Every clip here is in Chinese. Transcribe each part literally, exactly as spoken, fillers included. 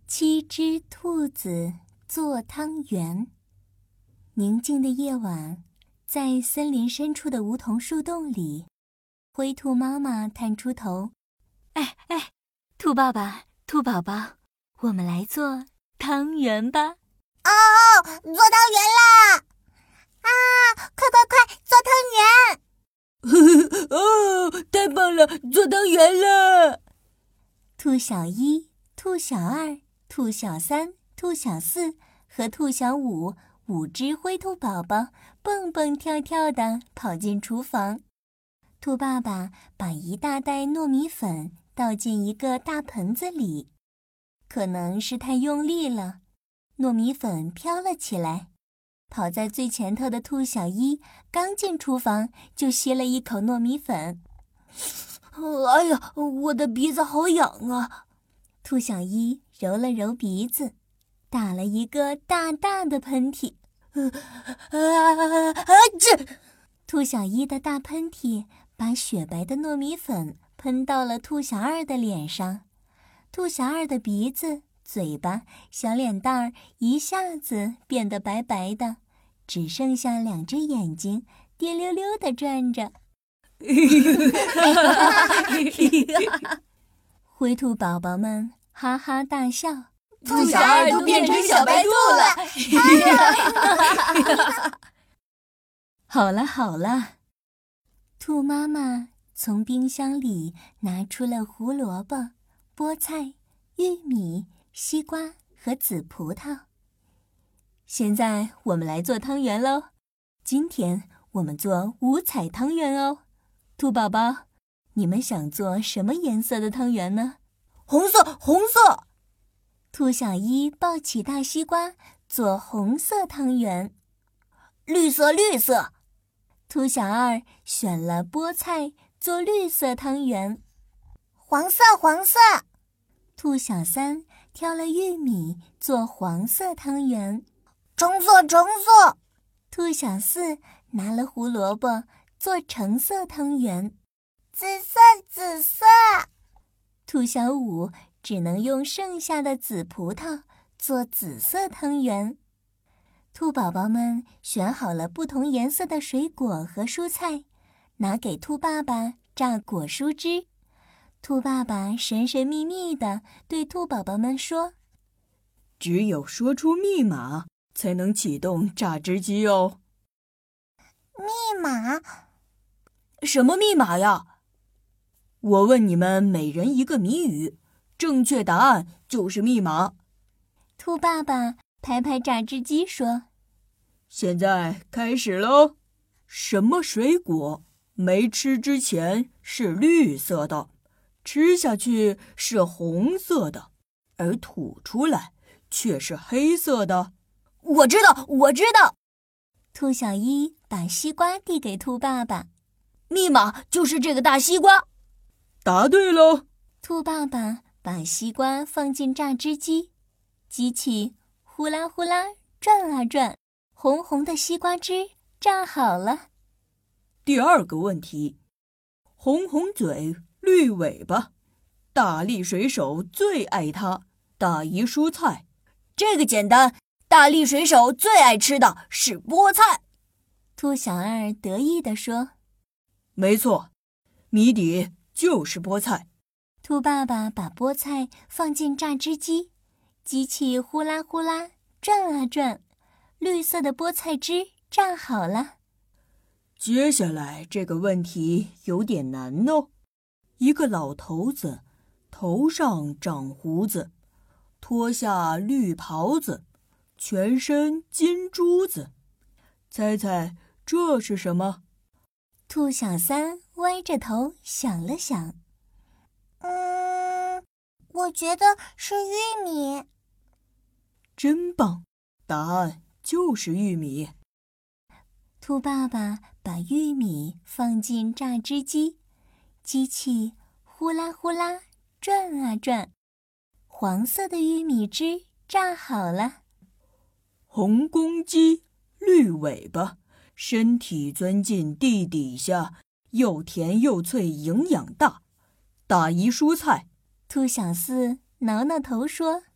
七只兔子做汤圆。宁静的夜晚，在森林深处的梧桐树洞里，灰兔妈妈探出头：“哎哎，兔爸爸、兔宝宝，我们来做汤圆吧！” 哦，做汤圆啦！啊，快快快，做汤圆！哦，太棒了，做汤圆了！ 兔小一、兔小二、兔小三、兔小四和兔小五五只灰兔宝宝蹦蹦跳跳地跑进厨房。兔爸爸把一大袋糯米粉倒进一个大盆子里，可能是太用力了，糯米粉飘了起来。跑在最前头的兔小一刚进厨房就吸了一口糯米粉。 哎呀，我的鼻子好痒啊！ 兔小一揉了揉鼻子，打了一个大大的喷嚏。 呃啊啊！这兔小一的大喷嚏把雪白的糯米粉喷到了兔小二的脸上，兔小二的鼻子、嘴巴、小脸蛋儿一下子变得白白的，只剩下两只眼睛滴溜溜地转着。灰兔宝宝们哈哈大笑， 兔小二都变成小白兔了。好了好了，兔妈妈从冰箱里拿出了胡萝卜、菠菜、玉米、西瓜和紫葡萄。现在我们来做汤圆喽！今天我们做五彩汤圆哦。兔宝宝，你们想做什么颜色的汤圆呢？ 红色，红色！ 兔小一抱起大西瓜做红色汤圆。 绿色，绿色！ 兔小二选了菠菜做绿色汤圆。 黄色，黄色！ 兔小三挑了玉米做黄色汤圆。 橙色，橙色！ 兔小四拿了胡萝卜做橙色汤圆。 紫色，紫色！ 兔小五只能用剩下的紫葡萄做紫色汤圆。兔宝宝们选好了不同颜色的水果和蔬菜，拿给兔爸爸榨果蔬汁。兔爸爸神神秘秘地对兔宝宝们说：“ 只有说出密码，才能启动榨汁机哦。” 密码？ 什么密码呀？我问你们每人一个谜语，正确答案就是密码。 兔爸爸拍拍榨汁机说：“ 现在开始喽！什么水果没吃之前是绿色的，吃下去是红色的，而吐出来却是黑色的？”我知道，我知道！ 兔小一把西瓜递给兔爸爸， 密码就是这个大西瓜。答对了！ 兔爸爸把西瓜放进榨汁机，机器呼啦呼啦转啊转，红红的西瓜汁榨好了。 第二个问题，红红嘴，绿尾巴，大力水手最爱它，大宜蔬菜。这个简单，大力水手最爱吃的是菠菜。 兔小二得意地说：“ 没错，谜底就是菠菜。” 兔爸爸把菠菜放进榨汁机，机器呼啦呼啦转啊转，绿色的菠菜汁榨好了。 接下来这个问题有点难哦。一个老头子头上长胡子，脱下绿袍子，全身金珠子，猜猜这是什么？ 兔小三歪着头想了想， 嗯，我觉得是玉米。 真棒，答案就是玉米。 兔爸爸把玉米放进榨汁机，机器呼啦呼啦转啊转，黄色的玉米汁榨好了。 红公鸡，绿尾巴，身体钻进地底下，又甜又脆，营养大，大宜蔬菜。 兔小四挠挠头说：“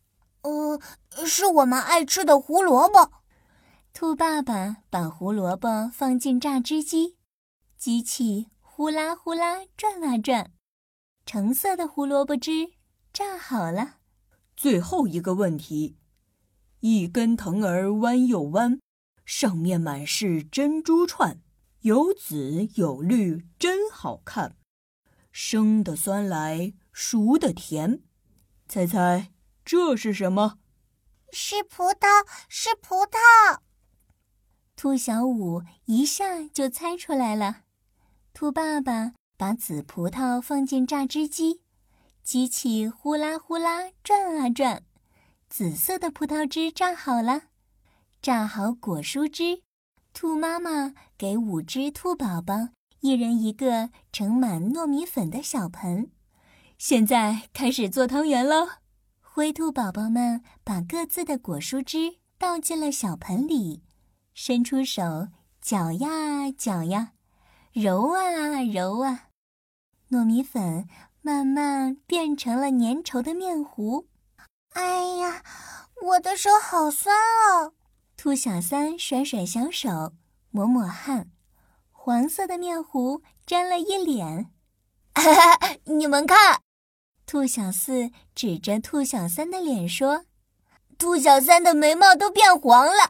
呃，是我们爱吃的胡萝卜。 兔爸爸把胡萝卜放进榨汁机，机器呼啦呼啦转啊转，橙色的胡萝卜汁榨好了。 最后一个问题，一根藤儿弯又弯，上面满是珍珠串，有紫有绿，真好看。生的酸来，熟的甜，猜猜这是什么？ 是葡萄，是葡萄。 兔小五一下就猜出来了。兔爸爸把紫葡萄放进榨汁机，机器呼啦呼啦转啊转，紫色的葡萄汁榨好了。榨好果蔬汁，兔妈妈给五只兔宝宝一人一个盛满糯米粉的小盆。现在开始做汤圆喽！灰兔宝宝们把各自的果蔬汁倒进了小盆里，伸出手搅呀搅呀，揉啊揉啊，糯米粉慢慢变成了粘稠的面糊。 哎呀，我的手好酸哦！ 兔小三甩甩小手，抹抹汗，黄色的面糊沾了一脸。 你们看！ 兔小四指着兔小三的脸说：“ 兔小三的眉毛都变黄了。”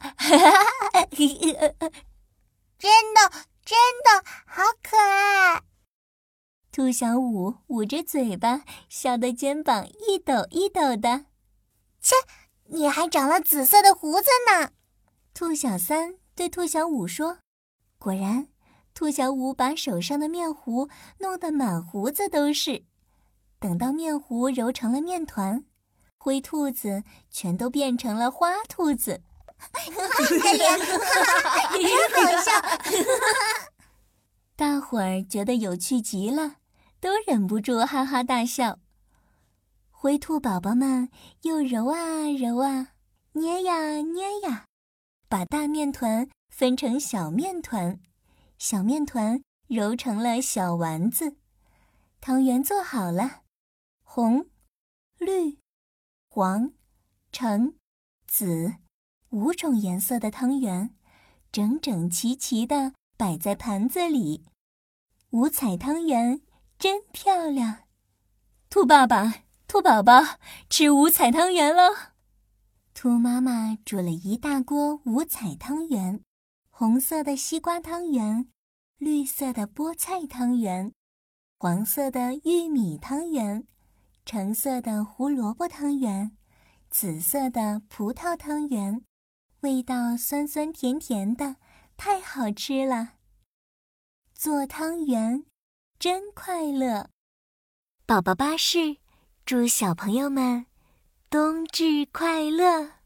真的，真的好可爱！ 兔小五捂着嘴巴，笑得肩膀一抖一抖的。 切，你还长了紫色的胡子呢！ 兔小三对兔小五说。果然，兔小五把手上的面糊弄得满胡子都是。等到面糊揉成了面团，灰兔子全都变成了花兔子。 真好笑！ 大伙儿觉得有趣极了，都忍不住哈哈大笑。灰兔宝宝们又揉啊揉啊，捏呀捏呀，把大面团分成小面团，小面团揉成了小丸子。汤圆做好了，红、绿、黄、橙、紫五种颜色的汤圆，整整齐齐地摆在盘子里。五彩汤圆真漂亮！兔爸爸、兔宝宝吃五彩汤圆喽！兔妈妈煮了一大锅五彩汤圆，红色的西瓜汤圆，绿色的菠菜汤圆，黄色的玉米汤圆，橙色的胡萝卜汤圆，紫色的葡萄汤圆，味道酸酸甜甜的，太好吃了。做汤圆真快乐！宝宝巴士祝小朋友们冬至快乐！